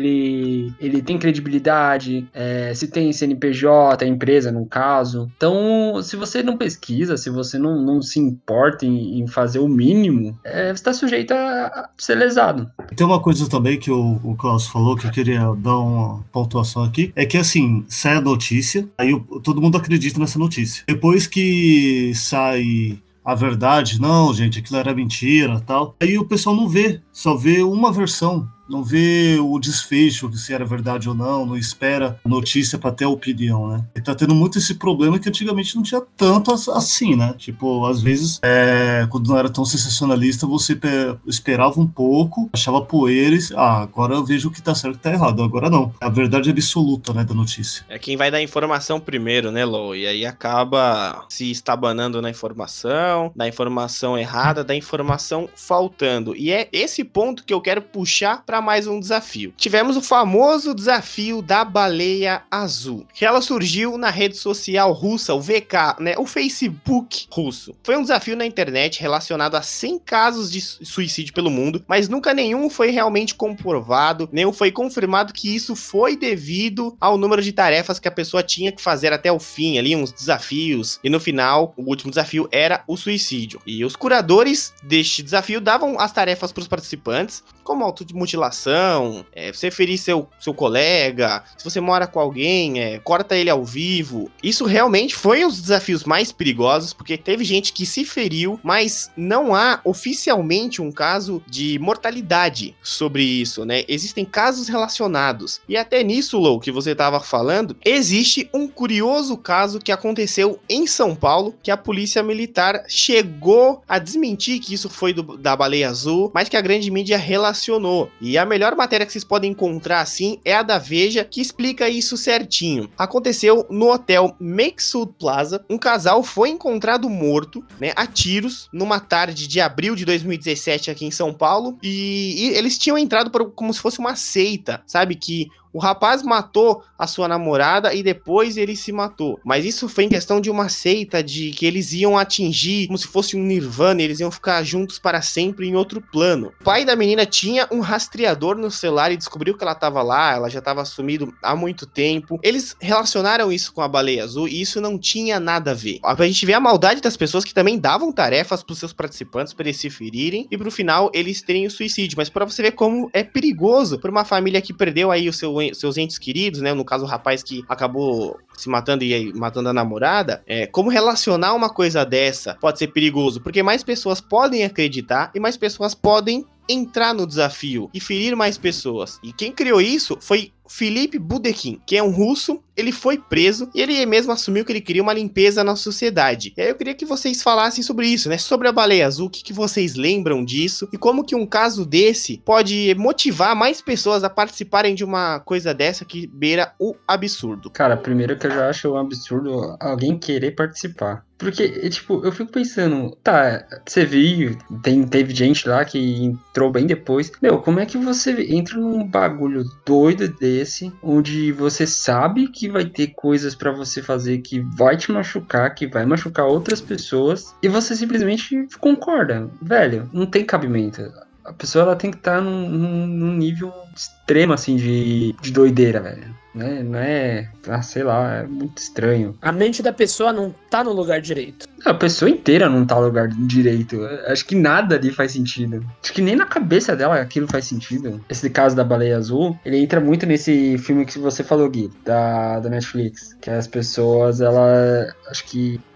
ele tem credibilidade, se tem CNPJ, a empresa no caso. Então, se você não pesquisa, se você não se importa em fazer o mínimo, você está sujeito a ser lesado. Tem uma coisa também que o Klaus falou, que eu queria dar uma pontuação aqui, é que assim, sai a notícia, aí todo mundo acredita nessa notícia. Depois que sai a verdade, não, gente, aquilo era mentira, tal. Aí o pessoal não vê, só vê uma versão, não vê o desfecho, se era verdade ou não espera notícia para ter a opinião, né? E tá tendo muito esse problema que antigamente não tinha tanto assim, né? Tipo, às vezes, quando não era tão sensacionalista, você esperava um pouco, achava poeiras, agora eu vejo o que tá certo e que tá errado, agora não. A verdade absoluta, né, da notícia. É quem vai dar informação primeiro, né, Lô? E aí acaba se estabanando na informação, da informação errada, da informação faltando. E é esse ponto que eu quero puxar para mais um desafio. Tivemos o famoso desafio da baleia azul, que ela surgiu na rede social russa, o VK, né, o Facebook russo. Foi um desafio na internet relacionado a 100 casos de suicídio pelo mundo, mas nunca nenhum foi realmente comprovado, nenhum foi confirmado que isso foi devido ao número de tarefas que a pessoa tinha que fazer até o fim, ali uns desafios, e no final, o último desafio era o suicídio. E os curadores deste desafio davam as tarefas para os participantes, como automutilação, você ferir seu colega, se você mora com alguém, corta ele ao vivo. Isso realmente foi um dos desafios mais perigosos, porque teve gente que se feriu, mas não há oficialmente um caso de mortalidade sobre isso, né? Existem casos relacionados. E até nisso, Lou, que você estava falando, existe um curioso caso que aconteceu em São Paulo, que a polícia militar chegou a desmentir que isso foi da baleia azul, mas que a grande mídia relacionou. E a melhor matéria que vocês podem encontrar assim é a da Veja, que explica isso certinho. Aconteceu no hotel Mexud Plaza. Um casal foi encontrado morto, né, a tiros, numa tarde de abril de 2017 aqui em São Paulo. E eles tinham entrado como se fosse uma seita, sabe? Que o rapaz matou a sua namorada e depois ele se matou. Mas isso foi em questão de uma seita, de que eles iam atingir como se fosse um nirvana, eles iam ficar juntos para sempre em outro plano. O pai da menina tinha um rastreador no celular e descobriu que ela estava lá, ela já estava sumida há muito tempo. Eles relacionaram isso com a baleia azul e isso não tinha nada a ver. A gente vê a maldade das pessoas que também davam tarefas para os seus participantes para eles se ferirem e pro final eles terem o suicídio. Mas para você ver como é perigoso para uma família que perdeu aí seus entes queridos, né? No caso, o rapaz que acabou se matando e aí matando a namorada, como relacionar uma coisa dessa pode ser perigoso, porque mais pessoas podem acreditar e mais pessoas podem entrar no desafio e ferir mais pessoas. E quem criou isso foi Filipe Budekin, que é um russo. Ele foi preso e ele mesmo assumiu que ele queria uma limpeza na sociedade. E aí eu queria que vocês falassem sobre isso, né? Sobre a baleia azul, o que vocês lembram disso e como que um caso desse pode motivar mais pessoas a participarem de uma coisa dessa que beira o absurdo. Cara, primeiro que eu já acho um absurdo alguém querer participar. Porque, tipo, eu fico pensando, tá, você viu, teve gente lá que entrou bem depois. Meu, como é que você entra num bagulho doido desse, onde você sabe que vai ter coisas pra você fazer que vai te machucar, que vai machucar outras pessoas, e você simplesmente concorda? Velho, não tem cabimento. A pessoa, ela tem que estar num nível extremo, assim, de doideira, velho. Não é, sei lá, é muito estranho. A mente da pessoa não tá no lugar direito. A pessoa inteira não tá no lugar direito. Acho que nada ali faz sentido. Acho que nem na cabeça dela aquilo faz sentido. Esse caso da baleia azul, ele entra muito nesse filme que você falou, Gui, da Netflix. Que as pessoas, ela, acho que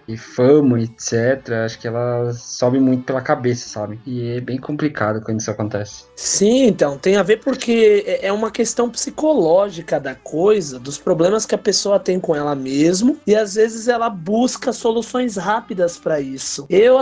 e fama, etc., acho que ela sobe muito pela cabeça, sabe? E é bem complicado quando isso acontece. Sim, então, tem a ver porque é uma questão psicológica da coisa, dos problemas que a pessoa tem com ela mesmo, e às vezes ela busca soluções rápidas pra isso. Eu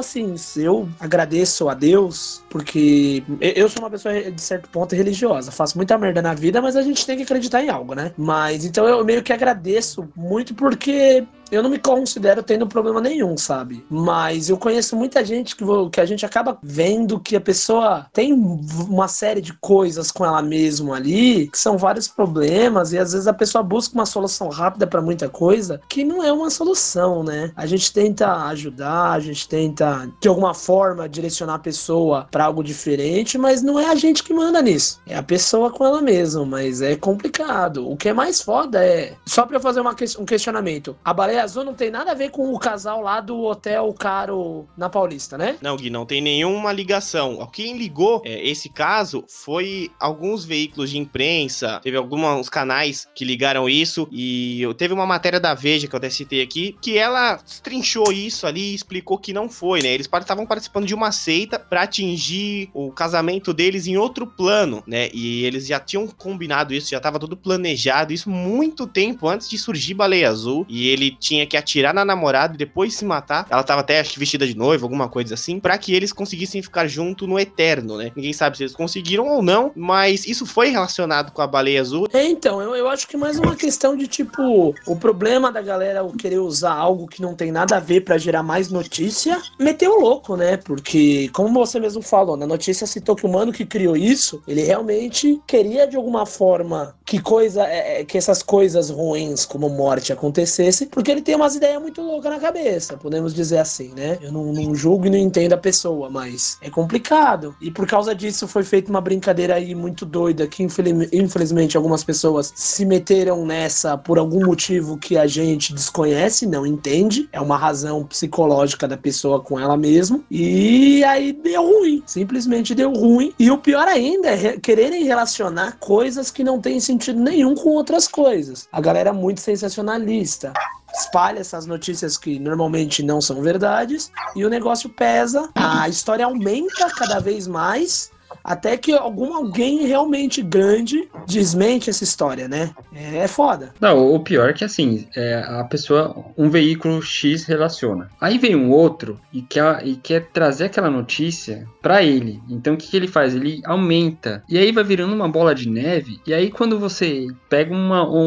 agradeço a Deus, porque eu sou uma pessoa, de certo ponto, religiosa, faço muita merda na vida, mas a gente tem que acreditar em algo, né? Mas, então eu meio que agradeço muito porque eu não me considero tendo problema nenhum, sabe? Mas eu conheço muita gente que a gente acaba vendo que a pessoa tem uma série de coisas com ela mesma ali, que são vários problemas, e às vezes a pessoa busca uma solução rápida pra muita coisa, que não é uma solução, né? A gente tenta ajudar, a gente tenta, de alguma forma, direcionar a pessoa pra algo diferente, mas não é a gente que manda nisso. É a pessoa com ela mesma, mas é complicado. O que é mais foda é... Só pra eu fazer um questionamento. A Baleia Azul não tem nada a ver com o casal lá do hotel caro na Paulista, né? Não, Gui, não tem nenhuma ligação. Quem ligou esse caso foi alguns veículos de imprensa, teve alguns canais que ligaram isso, e teve uma matéria da Veja, que eu até citei aqui, que ela trinchou isso ali e explicou que não foi, né? Eles estavam participando de uma seita pra atingir o casamento deles em outro plano, né? E eles já tinham combinado isso, já tava tudo planejado, isso muito tempo antes de surgir Baleia Azul, e ele tinha que atirar na namorada e depois se matar. Ela tava até, acho que, vestida de noiva, alguma coisa assim, pra que eles conseguissem ficar junto no eterno, né? Ninguém sabe se eles conseguiram ou não, mas isso foi relacionado com a Baleia Azul. Então, eu acho que mais uma questão de, tipo, o problema da galera querer usar algo que não tem nada a ver pra gerar mais notícia, meteu o louco, né? Porque, como você mesmo falou, na notícia citou que o mano que criou isso, ele realmente queria, de alguma forma, que essas coisas ruins como morte acontecesse, porque ele tem umas ideias muito loucas na cabeça, podemos dizer assim, né? Eu não julgo e não entendo a pessoa, mas é complicado. E por causa disso foi feita uma brincadeira aí muito doida, que infelizmente algumas pessoas se meteram nessa por algum motivo que a gente desconhece, não entende. É uma razão psicológica da pessoa com ela mesma. E aí deu ruim, simplesmente deu ruim. E o pior ainda é quererem relacionar coisas que não têm sentido nenhum com outras coisas. A galera é muito sensacionalista, espalha essas notícias que normalmente não são verdades, e o negócio pesa, a história aumenta cada vez mais, até que alguém realmente grande desmente essa história, né? É foda. Não, o pior é que, assim, a pessoa, um veículo X relaciona. Aí vem um outro e quer trazer aquela notícia pra ele. Então, o que ele faz? Ele aumenta. E aí vai virando uma bola de neve. E aí, quando você pega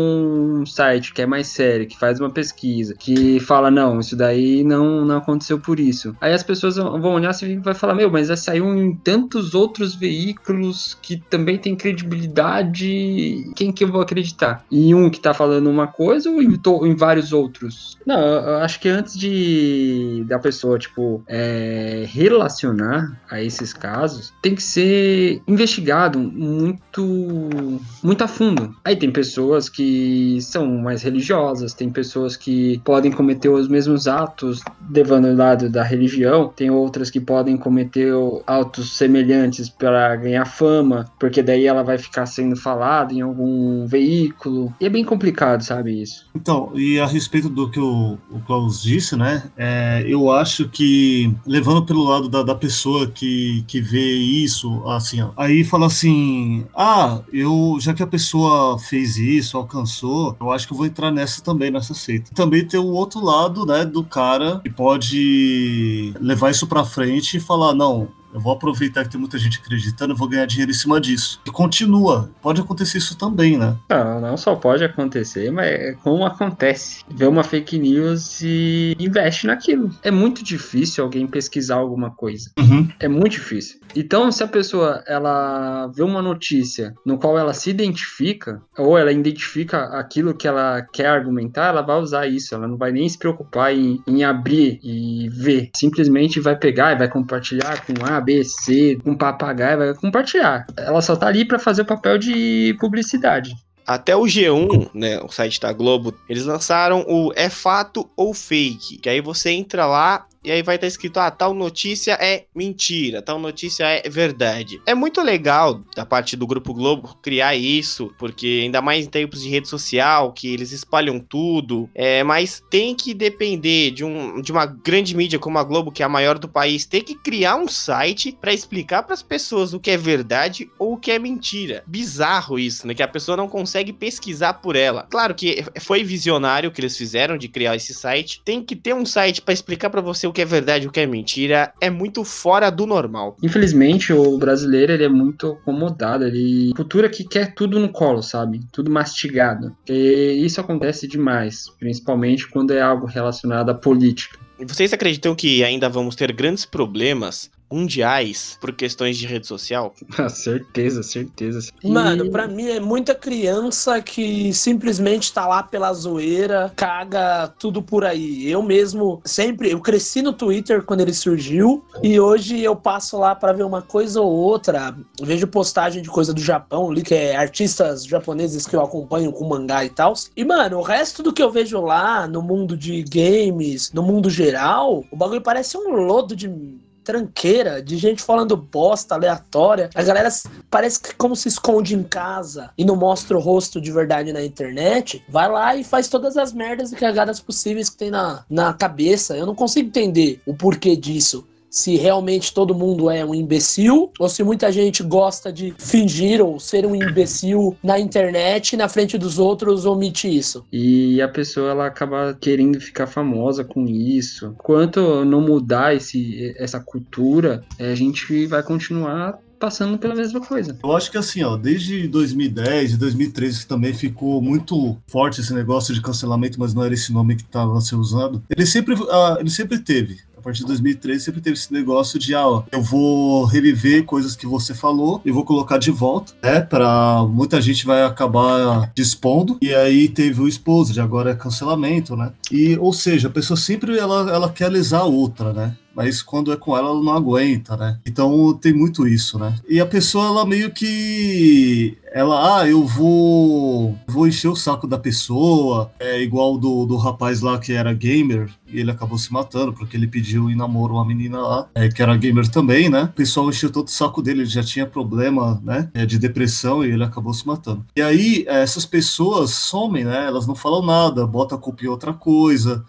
um site que é mais sério, que faz uma pesquisa, que fala, não, isso daí não aconteceu por isso. Aí as pessoas vão olhar e vai falar, meu, mas saiu em tantos outros veículos que também tem credibilidade, quem que eu vou acreditar? Em um que tá falando uma coisa ou em vários outros? Não, eu acho que antes da pessoa, tipo, relacionar a esses casos, tem que ser investigado muito a fundo. Aí tem pessoas que são mais religiosas, tem pessoas que podem cometer os mesmos atos levando o lado da religião, tem outras que podem cometer atos semelhantes para ganhar fama, porque daí ela vai ficar sendo falada em algum veículo, e é bem complicado, sabe, isso. Então, e a respeito do que o Klaus disse, né, eu acho que, levando pelo lado da pessoa que vê isso, assim, ó, aí fala assim, já que a pessoa fez isso, alcançou, eu acho que eu vou entrar nessa também, nessa seita. Também tem o outro lado, né, do cara que pode levar isso pra frente e falar, não, eu vou aproveitar que tem muita gente acreditando, eu vou ganhar dinheiro em cima disso. E continua. Pode acontecer isso também, né? Não só pode acontecer, mas é como acontece. Vê uma fake news e investe naquilo. É muito difícil alguém pesquisar alguma coisa. Uhum. É muito difícil. Então, se a pessoa ela vê uma notícia no qual ela se identifica, ou ela identifica aquilo que ela quer argumentar, ela vai usar isso. Ela não vai nem se preocupar em abrir e ver. Simplesmente vai pegar e vai compartilhar com A, B, C, com papagaio, vai compartilhar. Ela só tá ali para fazer o papel de publicidade. Até o G1, né, o site da Globo, eles lançaram o É Fato ou Fake, que aí você entra lá e aí vai estar escrito, tal notícia é mentira, tal notícia é verdade. É muito legal da parte do Grupo Globo criar isso, porque ainda mais em tempos de rede social, que eles espalham tudo, mas tem que depender de uma grande mídia como a Globo, que é a maior do país, ter que criar um site pra explicar pras pessoas o que é verdade ou o que é mentira. Bizarro isso, né? Que a pessoa não consegue pesquisar por ela. Claro que foi visionário o que eles fizeram de criar esse site. Tem que ter um site pra explicar pra você o que é verdade e o que é mentira. É muito fora do normal. Infelizmente, o brasileiro, ele é muito acomodado. Cultura que quer tudo no colo, sabe? Tudo mastigado. E isso acontece demais, principalmente quando é algo relacionado à política. E vocês acreditam que ainda vamos ter grandes problemas mundiais por questões de rede social? Certeza. Mano, pra mim é muita criança que simplesmente tá lá pela zoeira, caga tudo por aí. Eu mesmo, eu cresci no Twitter quando ele surgiu, e hoje eu passo lá pra ver uma coisa ou outra, vejo postagem de coisa do Japão, que é artistas japoneses que eu acompanho com mangá e tal. E, mano, o resto do que eu vejo lá, no mundo de games, no mundo geral, o bagulho parece um lodo de tranqueira, de gente falando bosta aleatória. A galera parece que como se esconde em casa e não mostra o rosto de verdade na internet, vai lá e faz todas as merdas e cagadas possíveis que tem na cabeça. Eu não consigo entender o porquê disso. Se realmente todo mundo é um imbecil, ou se muita gente gosta de fingir ou ser um imbecil na internet e na frente dos outros omite isso. E a pessoa, ela acaba querendo ficar famosa com isso. Enquanto não mudar essa cultura, a gente vai continuar passando pela mesma coisa. Eu acho que assim, desde 2010 e 2013 que também ficou muito forte esse negócio de cancelamento, mas não era esse nome que estava sendo usado. Ele sempre teve. A partir de 2013 sempre teve esse negócio de, eu vou reviver coisas que você falou e vou colocar de volta, pra muita gente vai acabar expondo, e aí teve o exposed, agora é cancelamento, né? E, ou seja, a pessoa sempre, ela quer alisar a outra, né? Mas quando é com ela não aguenta, né? Então tem muito isso, né? E a pessoa, ela meio que... eu vou encher o saco da pessoa, igual do rapaz lá que era gamer, e ele acabou se matando, porque ele pediu em namoro uma menina lá, que era gamer também, né? O pessoal encheu todo o saco dele, ele já tinha problema, né, de depressão, e ele acabou se matando. E aí, essas pessoas somem, né? Elas não falam nada, botam a culpa em outra coisa,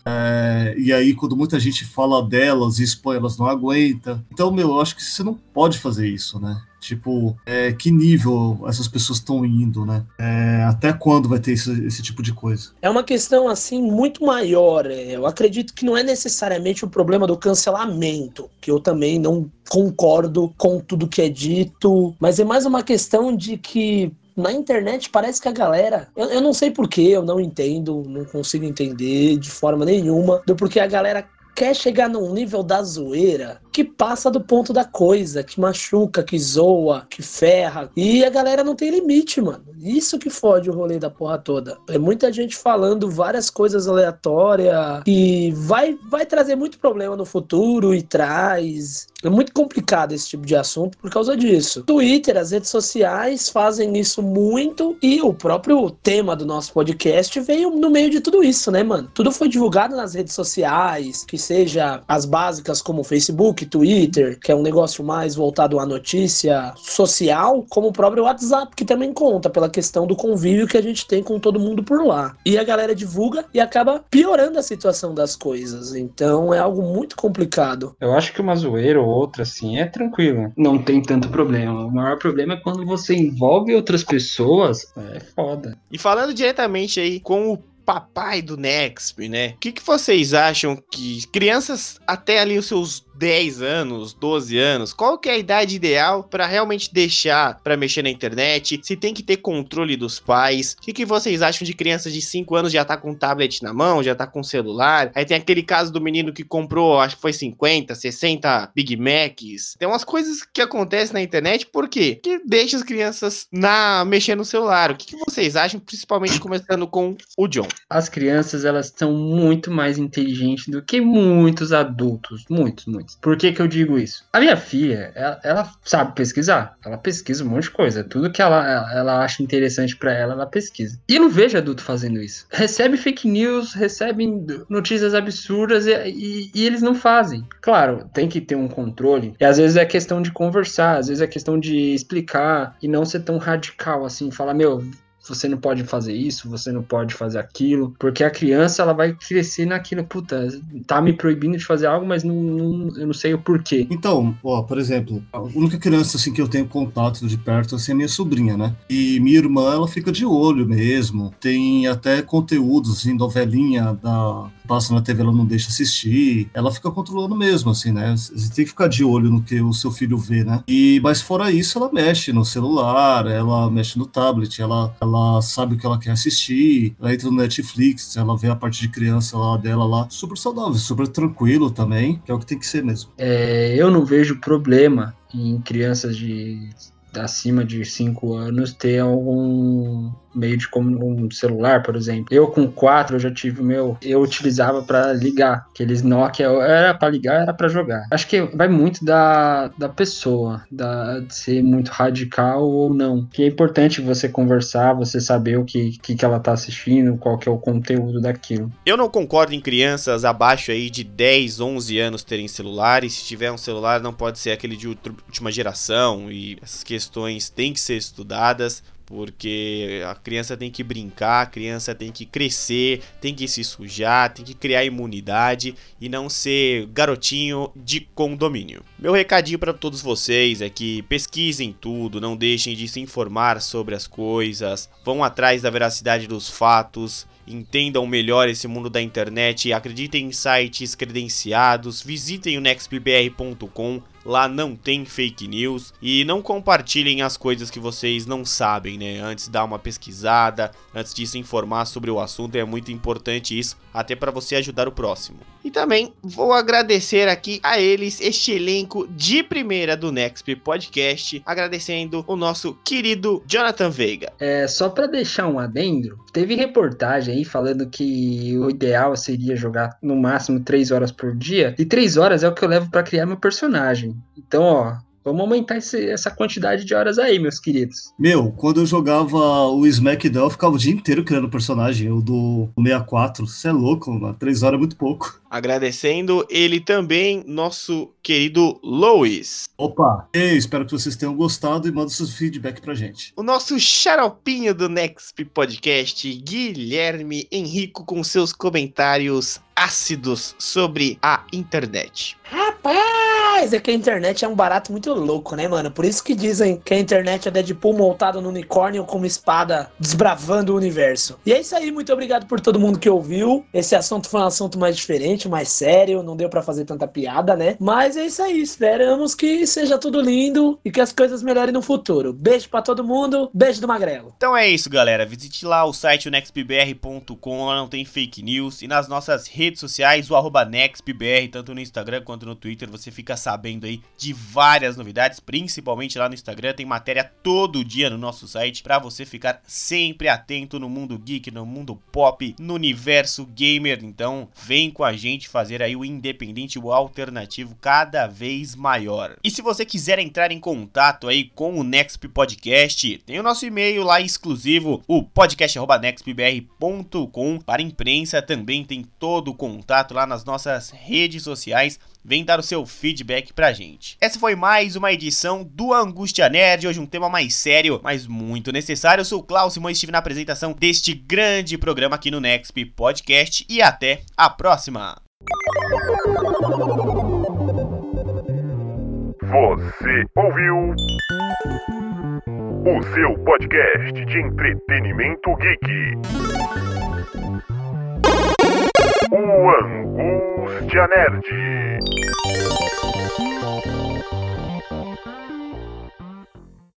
e aí quando muita gente fala delas e expõe, elas não aguentam. Então, eu acho que você não pode fazer isso, né? Tipo, que nível essas pessoas estão indo, né? Até quando vai ter esse tipo de coisa? É uma questão, assim, muito maior. Eu acredito que não é necessariamente o problema do cancelamento, que eu também não concordo com tudo que é dito, mas é mais uma questão de que na internet parece que a galera... Eu não sei porquê, eu não entendo, não consigo entender de forma nenhuma do porquê a galera quer chegar num nível da zoeira que passa do ponto da coisa, que machuca, que zoa, que ferra. E a galera não tem limite, mano. Isso que fode o rolê da porra toda. É muita gente falando várias coisas aleatórias e vai trazer muito problema no futuro e traz. É muito complicado esse tipo de assunto por causa disso. Twitter, as redes sociais fazem isso muito, e o próprio tema do nosso podcast veio no meio de tudo isso, né, mano? Tudo foi divulgado nas redes sociais, que seja as básicas como Facebook, Twitter, que é um negócio mais voltado à notícia social, como o próprio WhatsApp, que também conta pela questão do convívio que a gente tem com todo mundo por lá. E a galera divulga e acaba piorando a situação das coisas. Então é algo muito complicado. Eu acho que uma zoeira ou outra, assim, é tranquilo. Não tem tanto problema. O maior problema é quando você envolve outras pessoas. É foda. E falando diretamente aí com o papai do Nexp, né? O que vocês acham que crianças até ali os seus 10 anos, 12 anos, qual que é a idade ideal para realmente deixar para mexer na internet? Se tem que ter controle dos pais? O que vocês acham de crianças de 5 anos já tá com tablet na mão, já tá com celular? Aí tem aquele caso do menino que comprou, acho que foi 50, 60 Big Macs. Tem umas coisas que acontecem na internet, por quê? Que deixa as crianças mexer no celular. O que vocês acham, principalmente começando com o John? As crianças, elas são muito mais inteligentes do que muitos adultos. Muitos. Por que eu digo isso? A minha filha, ela sabe pesquisar. Ela pesquisa um monte de coisa. Tudo que ela acha interessante pra ela pesquisa. E eu não vejo adulto fazendo isso. Recebe fake news, recebe notícias absurdas e eles não fazem. Claro, tem que ter um controle. E às vezes é questão de conversar, às vezes é questão de explicar e não ser tão radical assim. Falar, meu, você não pode fazer isso, você não pode fazer aquilo, porque a criança, ela vai crescer naquilo, puta, tá me proibindo de fazer algo, mas eu não sei o porquê. Então, por exemplo, a única criança, assim, que eu tenho contato de perto, assim, é minha sobrinha, né? E minha irmã, ela fica de olho mesmo, tem até conteúdos, assim, novelinha passa na TV, ela não deixa assistir, ela fica controlando mesmo, assim, né? Você tem que ficar de olho no que o seu filho vê, né? Mas fora isso, ela mexe no celular, ela mexe no tablet, ela sabe o que ela quer assistir, ela entra no Netflix, ela vê a parte de criança lá dela lá, super saudável, super tranquilo também, que é o que tem que ser mesmo. Eu não vejo problema em crianças acima de 5 anos ter algum meio de um celular, por exemplo. Eu com 4, eu já tive o meu, eu utilizava para ligar, aqueles Nokia, era para ligar, era para jogar. Acho que vai muito da pessoa, de ser muito radical ou não. Que é importante você conversar, você saber o que ela tá assistindo, qual que é o conteúdo daquilo. Eu não concordo em crianças abaixo aí de 10, 11 anos terem celular, e se tiver um celular não pode ser aquele de última geração, e essas questões têm que ser estudadas, porque a criança tem que brincar, a criança tem que crescer, tem que se sujar, tem que criar imunidade e não ser garotinho de condomínio. Meu recadinho para todos vocês é que pesquisem tudo, não deixem de se informar sobre as coisas, vão atrás da veracidade dos fatos, entendam melhor esse mundo da internet, acreditem em sites credenciados, visitem o nextbr.com, lá não tem fake news, e não compartilhem as coisas que vocês não sabem, né? Antes dá uma pesquisada, antes de se informar sobre o assunto, é muito importante isso, até para você ajudar o próximo. E também vou agradecer aqui a eles, este elenco de primeira do Nextp Podcast, agradecendo o nosso querido Jonathan Veiga. Só para deixar um adendo, teve reportagem aí falando que o ideal seria jogar no máximo 3 horas por dia, e 3 horas é o que eu levo para criar meu personagem. Então, vamos aumentar essa quantidade de horas aí, meus queridos. Meu, quando eu jogava o SmackDown, eu ficava o dia inteiro criando personagem, o do 64. Você é louco, mano. 3 horas é muito pouco. Agradecendo ele também, nosso querido Lois. Opa! Espero que vocês tenham gostado e mandem seus feedback pra gente. O nosso xaropinho do Nextp Podcast, Guilherme Henrico, com seus comentários ácidos sobre a internet. Rapaz, é que a internet é um barato muito louco, né, mano? Por isso que dizem que a internet é Deadpool montado no unicórnio com uma espada desbravando o universo. E é isso aí, muito obrigado por todo mundo que ouviu. Esse assunto foi um assunto mais diferente, mais sério, não deu pra fazer tanta piada, né? Mas é isso aí, esperamos que seja tudo lindo e que as coisas melhorem no futuro. Beijo pra todo mundo, beijo do Magrelo. Então é isso, galera, visite lá o site nextbr.com, lá não tem fake news, e nas nossas redes sociais, o @nextbr, tanto no Instagram quanto no Twitter, você fica sabendo aí de várias novidades, principalmente lá no Instagram, tem matéria todo dia no nosso site, pra você ficar sempre atento no mundo geek, no mundo pop, no universo gamer. Então vem com a gente fazer aí o independente, o alternativo cada vez maior. E se você quiser entrar em contato aí com o Nextp Podcast, tem o nosso e-mail lá exclusivo, o podcast@nextbr.com. Para imprensa também tem todo o contato lá nas nossas redes sociais. Vem dar o seu feedback pra gente. Essa foi mais uma edição do Angústia Nerd, hoje um tema mais sério, mas muito necessário. Eu sou o Klaus Simões, estive na apresentação deste grande programa aqui no Nextp Podcast e até a próxima! Você ouviu o seu podcast de entretenimento geek, o Angústia Nerd.